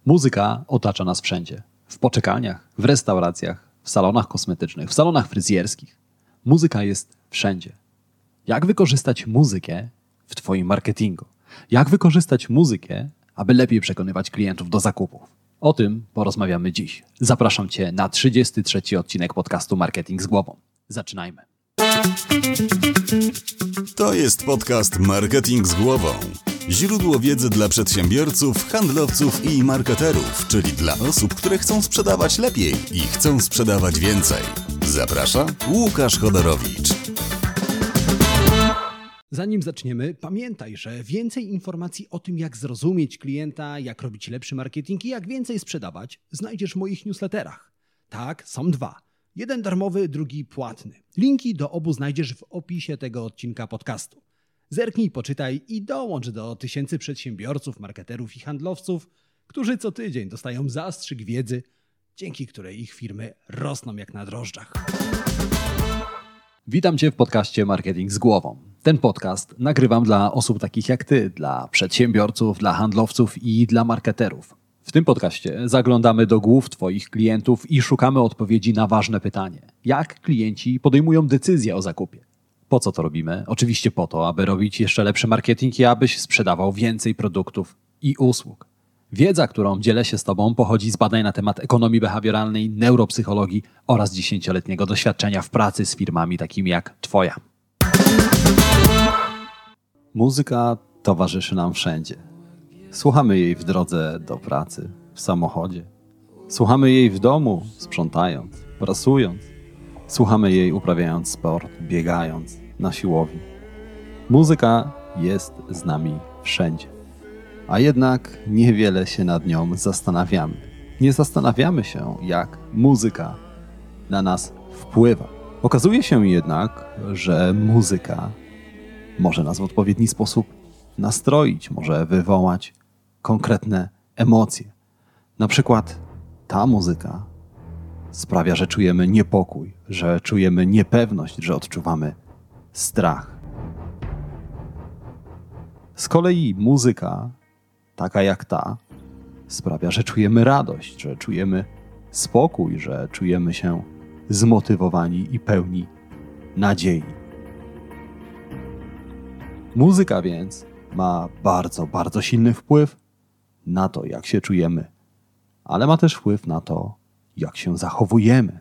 Muzyka otacza nas wszędzie. W poczekalniach, w restauracjach, w salonach kosmetycznych, w salonach fryzjerskich. Muzyka jest wszędzie. Jak wykorzystać muzykę w Twoim marketingu? Jak wykorzystać muzykę, aby lepiej przekonywać klientów do zakupów? O tym porozmawiamy dziś. Zapraszam Cię na 33. odcinek podcastu Marketing z Głową. Zaczynajmy. To jest podcast Marketing z Głową. Źródło wiedzy dla przedsiębiorców, handlowców i marketerów, czyli dla osób, które chcą sprzedawać lepiej i chcą sprzedawać więcej. Zaprasza Łukasz Chodorowicz. Zanim zaczniemy, pamiętaj, że więcej informacji o tym, jak zrozumieć klienta, jak robić lepszy marketing i jak więcej sprzedawać, znajdziesz w moich newsletterach. Tak, są dwa. Jeden darmowy, drugi płatny. Linki do obu znajdziesz w opisie tego odcinka podcastu. Zerknij, poczytaj i dołącz do tysięcy przedsiębiorców, marketerów i handlowców, którzy co tydzień dostają zastrzyk wiedzy, dzięki której ich firmy rosną jak na drożdżach. Witam Cię w podcaście Marketing z Głową. Ten podcast nagrywam dla osób takich jak Ty, dla przedsiębiorców, dla handlowców i dla marketerów. W tym podcaście zaglądamy do głów Twoich klientów i szukamy odpowiedzi na ważne pytanie. Jak klienci podejmują decyzję o zakupie? Po co to robimy? Oczywiście po to, aby robić jeszcze lepszy marketing i abyś sprzedawał więcej produktów i usług. Wiedza, którą dzielę się z Tobą, pochodzi z badań na temat ekonomii behawioralnej, neuropsychologii oraz 10-letniego doświadczenia w pracy z firmami takimi jak Twoja. Muzyka towarzyszy nam wszędzie. Słuchamy jej w drodze do pracy, w samochodzie. Słuchamy jej w domu, sprzątając, prasując. Słuchamy jej uprawiając sport, biegając, na siłowni. Muzyka jest z nami wszędzie. A jednak niewiele się nad nią zastanawiamy. Nie zastanawiamy się, jak muzyka na nas wpływa. Okazuje się jednak, że muzyka może nas w odpowiedni sposób nastroić, może wywołać konkretne emocje. Na przykład ta muzyka sprawia, że czujemy niepokój, że czujemy niepewność, że odczuwamy strach. Z kolei muzyka, taka jak ta, sprawia, że czujemy radość, że czujemy spokój, że czujemy się zmotywowani i pełni nadziei. Muzyka więc ma bardzo, bardzo silny wpływ na to, jak się czujemy, ale ma też wpływ na to, jak się zachowujemy.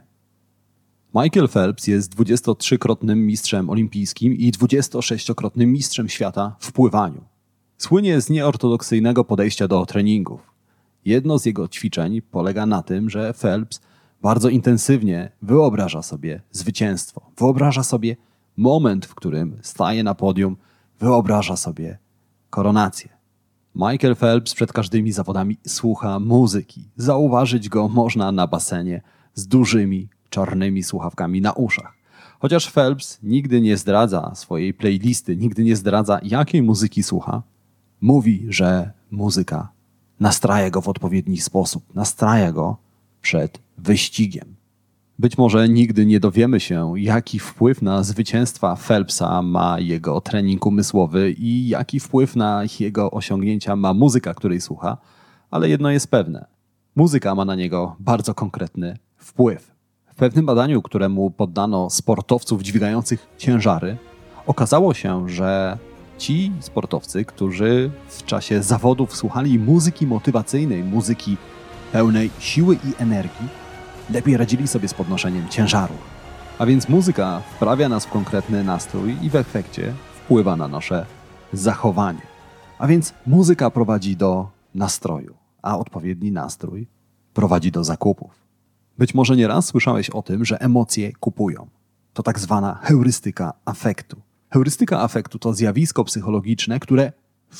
Michael Phelps jest 23-krotnym mistrzem olimpijskim i 26-krotnym mistrzem świata w pływaniu. Słynie z nieortodoksyjnego podejścia do treningów. Jedno z jego ćwiczeń polega na tym, że Phelps bardzo intensywnie wyobraża sobie zwycięstwo. Wyobraża sobie moment, w którym staje na podium, wyobraża sobie koronację. Michael Phelps przed każdymi zawodami słucha muzyki. Zauważyć go można na basenie z dużymi, czarnymi słuchawkami na uszach. Chociaż Phelps nigdy nie zdradza swojej playlisty, nigdy nie zdradza, jakiej muzyki słucha, mówi, że muzyka nastraja go w odpowiedni sposób, nastraja go przed wyścigiem. Być może nigdy nie dowiemy się, jaki wpływ na zwycięstwa Phelpsa ma jego trening umysłowy i jaki wpływ na jego osiągnięcia ma muzyka, której słucha, ale jedno jest pewne. Muzyka ma na niego bardzo konkretny wpływ. W pewnym badaniu, któremu poddano sportowców dźwigających ciężary, okazało się, że ci sportowcy, którzy w czasie zawodów słuchali muzyki motywacyjnej, muzyki pełnej siły i energii, lepiej radzili sobie z podnoszeniem ciężarów. A więc muzyka wprawia nas w konkretny nastrój i w efekcie wpływa na nasze zachowanie. A więc muzyka prowadzi do nastroju, a odpowiedni nastrój prowadzi do zakupów. Być może nieraz słyszałeś o tym, że emocje kupują. To tak zwana heurystyka afektu. Heurystyka afektu to zjawisko psychologiczne, które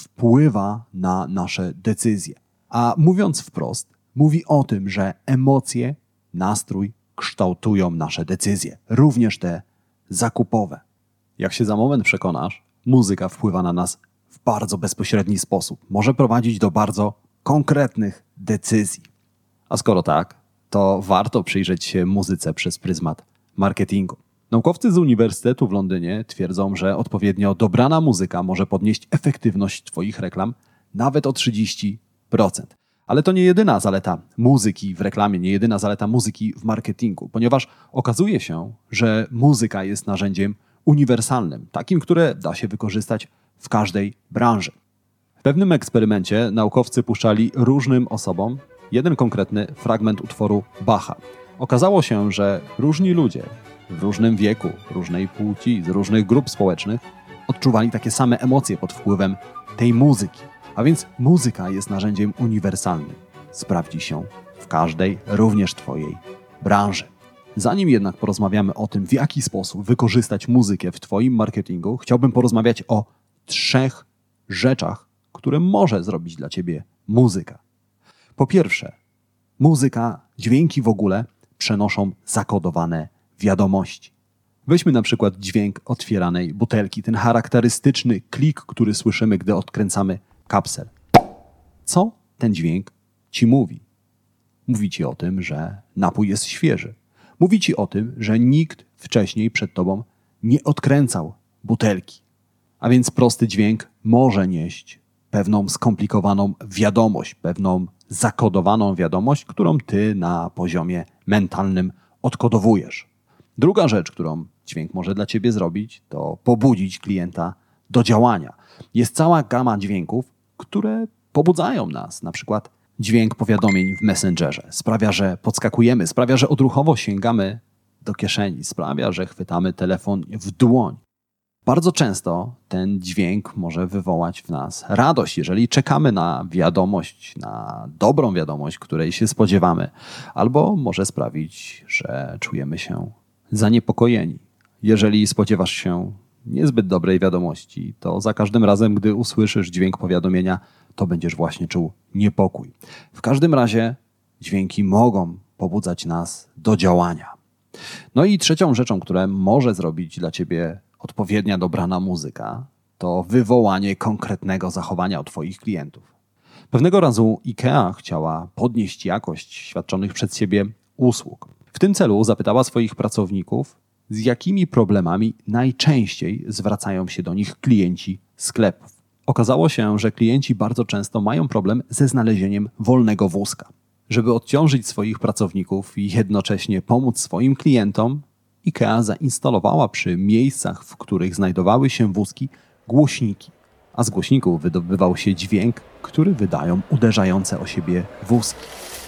wpływa na nasze decyzje. A mówiąc wprost, mówi o tym, że emocje, nastrój kształtują nasze decyzje, również te zakupowe. Jak się za moment przekonasz, muzyka wpływa na nas w bardzo bezpośredni sposób. Może prowadzić do bardzo konkretnych decyzji. A skoro tak, to warto przyjrzeć się muzyce przez pryzmat marketingu. Naukowcy z Uniwersytetu w Londynie twierdzą, że odpowiednio dobrana muzyka może podnieść efektywność Twoich reklam nawet o 30%. Ale to nie jedyna zaleta muzyki w reklamie, nie jedyna zaleta muzyki w marketingu, ponieważ okazuje się, że muzyka jest narzędziem uniwersalnym, takim, które da się wykorzystać w każdej branży. W pewnym eksperymencie naukowcy puszczali różnym osobom jeden konkretny fragment utworu Bacha. Okazało się, że różni ludzie w różnym wieku, różnej płci, z różnych grup społecznych odczuwali takie same emocje pod wpływem tej muzyki. A więc muzyka jest narzędziem uniwersalnym. Sprawdzi się w każdej, również Twojej branży. Zanim jednak porozmawiamy o tym, w jaki sposób wykorzystać muzykę w Twoim marketingu, chciałbym porozmawiać o 3 rzeczach, które może zrobić dla Ciebie muzyka. Po pierwsze, muzyka, dźwięki w ogóle przenoszą zakodowane wiadomości. Weźmy na przykład dźwięk otwieranej butelki, ten charakterystyczny klik, który słyszymy, gdy odkręcamy kapsel. Co ten dźwięk Ci mówi? Mówi Ci o tym, że napój jest świeży. Mówi Ci o tym, że nikt wcześniej przed Tobą nie odkręcał butelki. A więc prosty dźwięk może nieść pewną skomplikowaną wiadomość, pewną zakodowaną wiadomość, którą Ty na poziomie mentalnym odkodowujesz. Druga rzecz, którą dźwięk może dla Ciebie zrobić, to pobudzić klienta do działania. Jest cała gama dźwięków, które pobudzają nas. Na przykład dźwięk powiadomień w Messengerze sprawia, że podskakujemy, sprawia, że odruchowo sięgamy do kieszeni, sprawia, że chwytamy telefon w dłoń. Bardzo często ten dźwięk może wywołać w nas radość, jeżeli czekamy na wiadomość, na dobrą wiadomość, której się spodziewamy, albo może sprawić, że czujemy się zaniepokojeni. Jeżeli spodziewasz się niezbyt dobrej wiadomości, to za każdym razem, gdy usłyszysz dźwięk powiadomienia, to będziesz właśnie czuł niepokój. W każdym razie dźwięki mogą pobudzać nas do działania. No i trzecią rzeczą, która może zrobić dla Ciebie odpowiednia dobrana muzyka, to wywołanie konkretnego zachowania od Twoich klientów. Pewnego razu IKEA chciała podnieść jakość świadczonych przez siebie usług. W tym celu zapytała swoich pracowników, z jakimi problemami najczęściej zwracają się do nich klienci sklepów. Okazało się, że klienci bardzo często mają problem ze znalezieniem wolnego wózka. Żeby odciążyć swoich pracowników i jednocześnie pomóc swoim klientom, IKEA zainstalowała przy miejscach, w których znajdowały się wózki, głośniki. A z głośników wydobywał się dźwięk, który wydają uderzające o siebie wózki.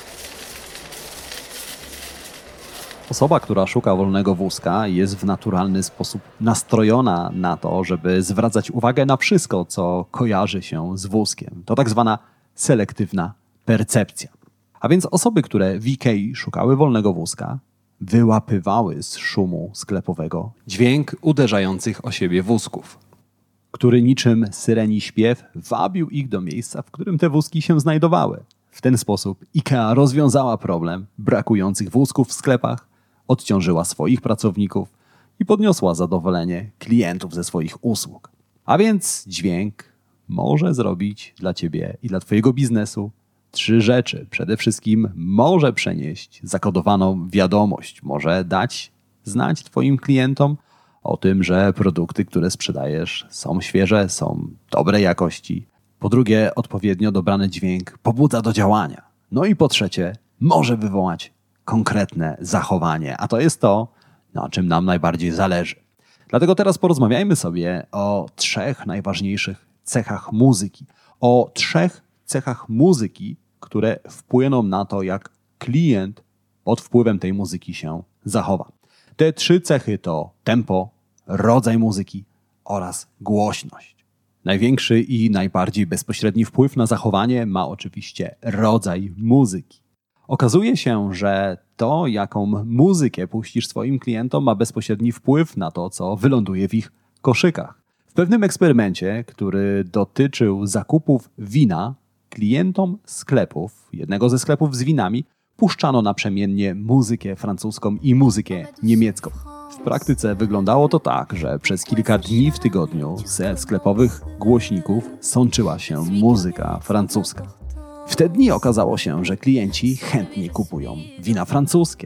Osoba, która szuka wolnego wózka, jest w naturalny sposób nastrojona na to, żeby zwracać uwagę na wszystko, co kojarzy się z wózkiem. To tak zwana selektywna percepcja. A więc osoby, które w IKEA szukały wolnego wózka, wyłapywały z szumu sklepowego dźwięk uderzających o siebie wózków, który niczym syreni śpiew wabił ich do miejsca, w którym te wózki się znajdowały. W ten sposób IKEA rozwiązała problem brakujących wózków w sklepach, odciążyła swoich pracowników i podniosła zadowolenie klientów ze swoich usług. A więc dźwięk może zrobić dla Ciebie i dla Twojego biznesu 3 rzeczy. Przede wszystkim może przenieść zakodowaną wiadomość, może dać znać Twoim klientom o tym, że produkty, które sprzedajesz, są świeże, są dobrej jakości. Po drugie, odpowiednio dobrany dźwięk pobudza do działania. No i po trzecie, może wywołać konkretne zachowanie, a to jest to, na czym nam najbardziej zależy. Dlatego teraz porozmawiajmy sobie o 3 najważniejszych cechach muzyki. O 3 cechach muzyki, które wpłyną na to, jak klient pod wpływem tej muzyki się zachowa. Te 3 cechy to tempo, rodzaj muzyki oraz głośność. Największy i najbardziej bezpośredni wpływ na zachowanie ma oczywiście rodzaj muzyki. Okazuje się, że to, jaką muzykę puścisz swoim klientom, ma bezpośredni wpływ na to, co wyląduje w ich koszykach. W pewnym eksperymencie, który dotyczył zakupów wina, klientom sklepów, jednego ze sklepów z winami, puszczano naprzemiennie muzykę francuską i muzykę niemiecką. W praktyce wyglądało to tak, że przez kilka dni w tygodniu ze sklepowych głośników sączyła się muzyka francuska. W te dni okazało się, że klienci chętnie kupują wina francuskie.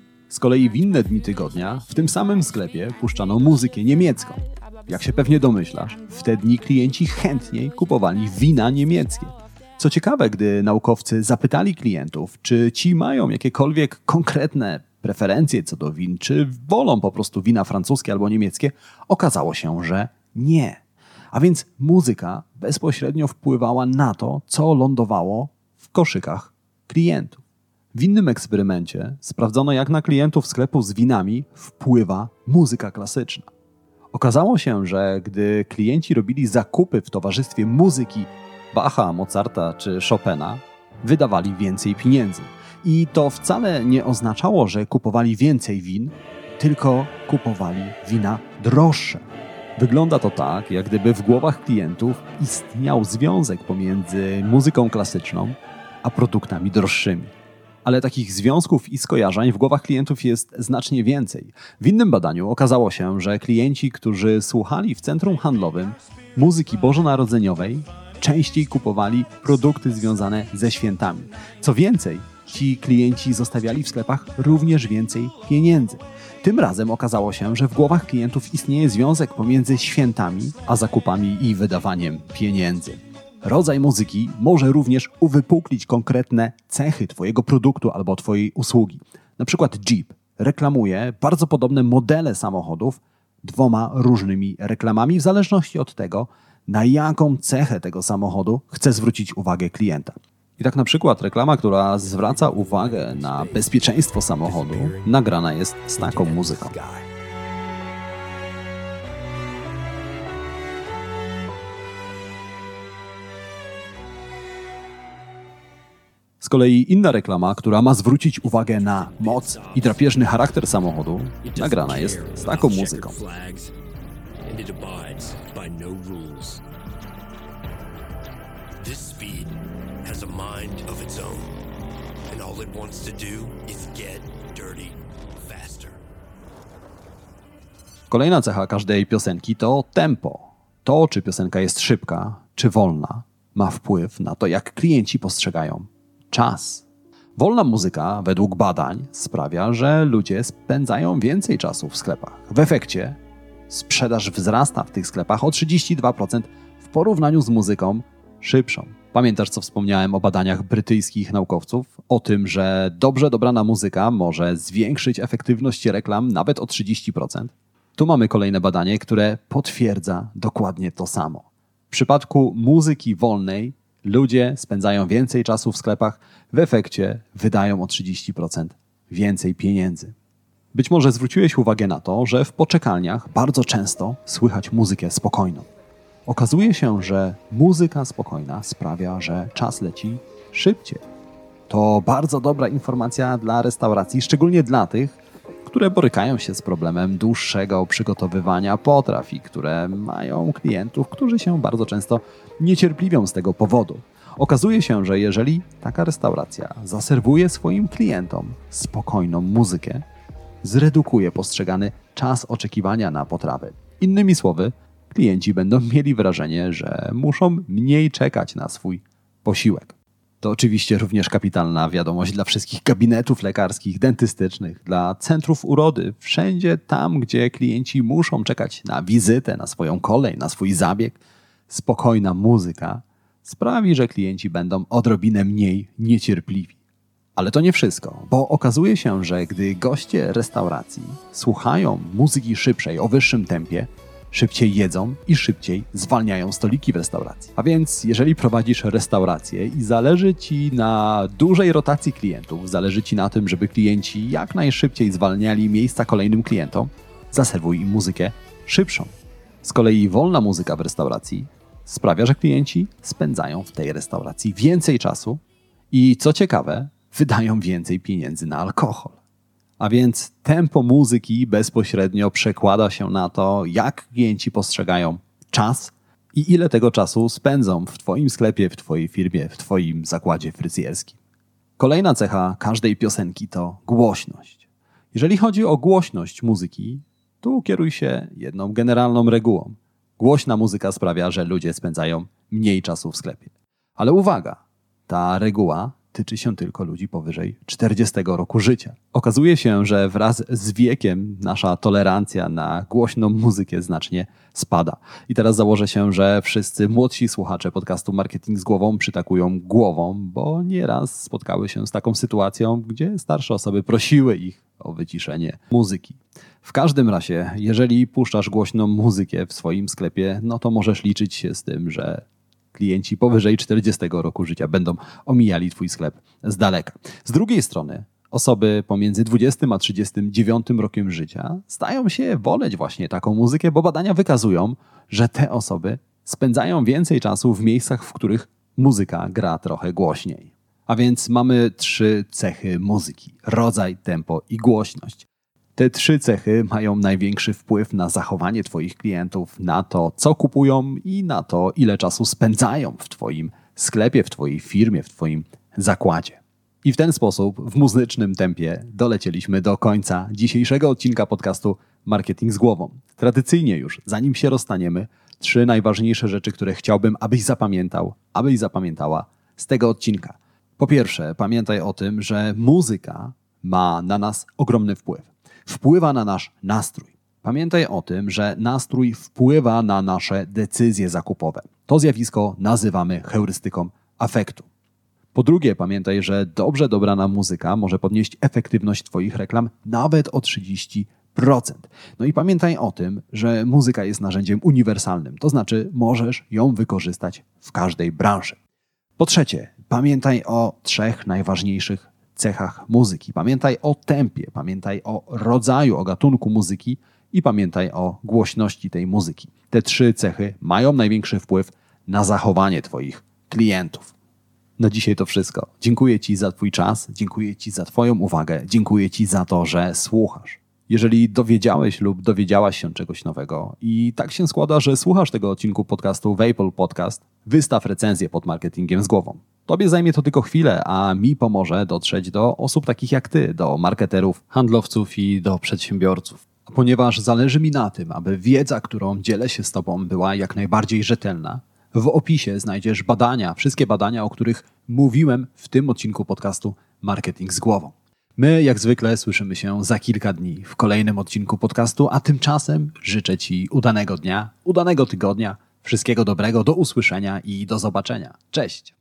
Z kolei w inne dni tygodnia w tym samym sklepie puszczano muzykę niemiecką. Jak się pewnie domyślasz, w te dni klienci chętniej kupowali wina niemieckie. Co ciekawe, gdy naukowcy zapytali klientów, czy ci mają jakiekolwiek konkretne preferencje co do win, czy wolą po prostu wina francuskie albo niemieckie, okazało się, że nie. A więc muzyka bezpośrednio wpływała na to, co lądowało w koszykach klientów. W innym eksperymencie sprawdzono, jak na klientów sklepów z winami wpływa muzyka klasyczna. Okazało się, że gdy klienci robili zakupy w towarzystwie muzyki Bacha, Mozarta czy Chopina, wydawali więcej pieniędzy. I to wcale nie oznaczało, że kupowali więcej win, tylko kupowali wina droższe. Wygląda to tak, jak gdyby w głowach klientów istniał związek pomiędzy muzyką klasyczną a produktami droższymi. Ale takich związków i skojarzeń w głowach klientów jest znacznie więcej. W innym badaniu okazało się, że klienci, którzy słuchali w centrum handlowym muzyki bożonarodzeniowej, częściej kupowali produkty związane ze świętami. Co więcej, ci klienci zostawiali w sklepach również więcej pieniędzy. Tym razem okazało się, że w głowach klientów istnieje związek pomiędzy świętami a zakupami i wydawaniem pieniędzy. Rodzaj muzyki może również uwypuklić konkretne cechy Twojego produktu albo Twojej usługi. Na przykład Jeep reklamuje bardzo podobne modele samochodów 2 różnymi reklamami w zależności od tego, na jaką cechę tego samochodu chce zwrócić uwagę klienta. I tak na przykład reklama, która zwraca uwagę na bezpieczeństwo samochodu, nagrana jest z taką muzyką. Z kolei inna reklama, która ma zwrócić uwagę na moc i drapieżny charakter samochodu, nagrana jest z taką muzyką. Kolejna cecha każdej piosenki to tempo. To, czy piosenka jest szybka, czy wolna, ma wpływ na to, jak klienci postrzegają czas. Wolna muzyka, według badań, sprawia, że ludzie spędzają więcej czasu w sklepach. W efekcie sprzedaż wzrasta w tych sklepach o 32% w porównaniu z muzyką szybszą. Pamiętasz, co wspomniałem o badaniach brytyjskich naukowców? O tym, że dobrze dobrana muzyka może zwiększyć efektywność reklam nawet o 30%? Tu mamy kolejne badanie, które potwierdza dokładnie to samo. W przypadku muzyki wolnej ludzie spędzają więcej czasu w sklepach, w efekcie wydają o 30% więcej pieniędzy. Być może zwróciłeś uwagę na to, że w poczekalniach bardzo często słychać muzykę spokojną. Okazuje się, że muzyka spokojna sprawia, że czas leci szybciej. To bardzo dobra informacja dla restauracji, szczególnie dla tych, które borykają się z problemem dłuższego przygotowywania potraw i które mają klientów, którzy się bardzo często niecierpliwią z tego powodu. Okazuje się, że jeżeli taka restauracja zaserwuje swoim klientom spokojną muzykę, zredukuje postrzegany czas oczekiwania na potrawy. Innymi słowy, klienci będą mieli wrażenie, że muszą mniej czekać na swój posiłek. To oczywiście również kapitalna wiadomość dla wszystkich gabinetów lekarskich, dentystycznych, dla centrów urody, wszędzie tam, gdzie klienci muszą czekać na wizytę, na swoją kolej, na swój zabieg. Spokojna muzyka sprawi, że klienci będą odrobinę mniej niecierpliwi. Ale to nie wszystko, bo okazuje się, że gdy goście restauracji słuchają muzyki szybszej, o wyższym tempie, szybciej jedzą i szybciej zwalniają stoliki w restauracji. A więc jeżeli prowadzisz restaurację i zależy Ci na dużej rotacji klientów, zależy Ci na tym, żeby klienci jak najszybciej zwalniali miejsca kolejnym klientom, zaserwuj im muzykę szybszą. Z kolei wolna muzyka w restauracji sprawia, że klienci spędzają w tej restauracji więcej czasu i co ciekawe, wydają więcej pieniędzy na alkohol. A więc tempo muzyki bezpośrednio przekłada się na to, jak klienci postrzegają czas i ile tego czasu spędzą w Twoim sklepie, w Twojej firmie, w Twoim zakładzie fryzjerskim. Kolejna cecha każdej piosenki to głośność. Jeżeli chodzi o głośność muzyki, tu kieruj się jedną generalną regułą. Głośna muzyka sprawia, że ludzie spędzają mniej czasu w sklepie. Ale uwaga, ta reguła tyczy się tylko ludzi powyżej 40 roku życia. Okazuje się, że wraz z wiekiem nasza tolerancja na głośną muzykę znacznie spada. I teraz założę się, że wszyscy młodsi słuchacze podcastu Marketing z Głową przytakują głową, bo nieraz spotkały się z taką sytuacją, gdzie starsze osoby prosiły ich o wyciszenie muzyki. W każdym razie, jeżeli puszczasz głośną muzykę w swoim sklepie, no to możesz liczyć się z tym, że klienci powyżej 40 roku życia będą omijali twój sklep z daleka. Z drugiej strony osoby pomiędzy 20 a 39 rokiem życia stają się woleć właśnie taką muzykę, bo badania wykazują, że te osoby spędzają więcej czasu w miejscach, w których muzyka gra trochę głośniej. A więc mamy 3 cechy muzyki: rodzaj, tempo i głośność. Te 3 cechy mają największy wpływ na zachowanie twoich klientów, na to, co kupują i na to, ile czasu spędzają w twoim sklepie, w twojej firmie, w twoim zakładzie. I w ten sposób, w muzycznym tempie, dolecieliśmy do końca dzisiejszego odcinka podcastu Marketing z Głową. Tradycyjnie już, zanim się rozstaniemy, 3 najważniejsze rzeczy, które chciałbym, abyś zapamiętał, abyś zapamiętała z tego odcinka. Po pierwsze, pamiętaj o tym, że muzyka ma na nas ogromny wpływ. Wpływa na nasz nastrój. Pamiętaj o tym, że nastrój wpływa na nasze decyzje zakupowe. To zjawisko nazywamy heurystyką afektu. Po drugie, pamiętaj, że dobrze dobrana muzyka może podnieść efektywność twoich reklam nawet o 30%. No i pamiętaj o tym, że muzyka jest narzędziem uniwersalnym, to znaczy możesz ją wykorzystać w każdej branży. Po trzecie, pamiętaj o 3 najważniejszych cechach muzyki. Pamiętaj o tempie, pamiętaj o rodzaju, o gatunku muzyki i pamiętaj o głośności tej muzyki. Te 3 cechy mają największy wpływ na zachowanie twoich klientów. Na dzisiaj to wszystko. Dziękuję ci za twój czas, dziękuję ci za twoją uwagę, dziękuję ci za to, że słuchasz. Jeżeli dowiedziałeś lub dowiedziałaś się czegoś nowego i tak się składa, że słuchasz tego odcinku podcastu w Apple Podcast, wystaw recenzję pod Marketingiem z Głową. Tobie zajmie to tylko chwilę, a mi pomoże dotrzeć do osób takich jak ty, do marketerów, handlowców i do przedsiębiorców. A ponieważ zależy mi na tym, aby wiedza, którą dzielę się z tobą, była jak najbardziej rzetelna, w opisie znajdziesz badania, wszystkie badania, o których mówiłem w tym odcinku podcastu Marketing z Głową. My, jak zwykle, słyszymy się za kilka dni w kolejnym odcinku podcastu, a tymczasem życzę ci udanego dnia, udanego tygodnia, wszystkiego dobrego, do usłyszenia i do zobaczenia. Cześć!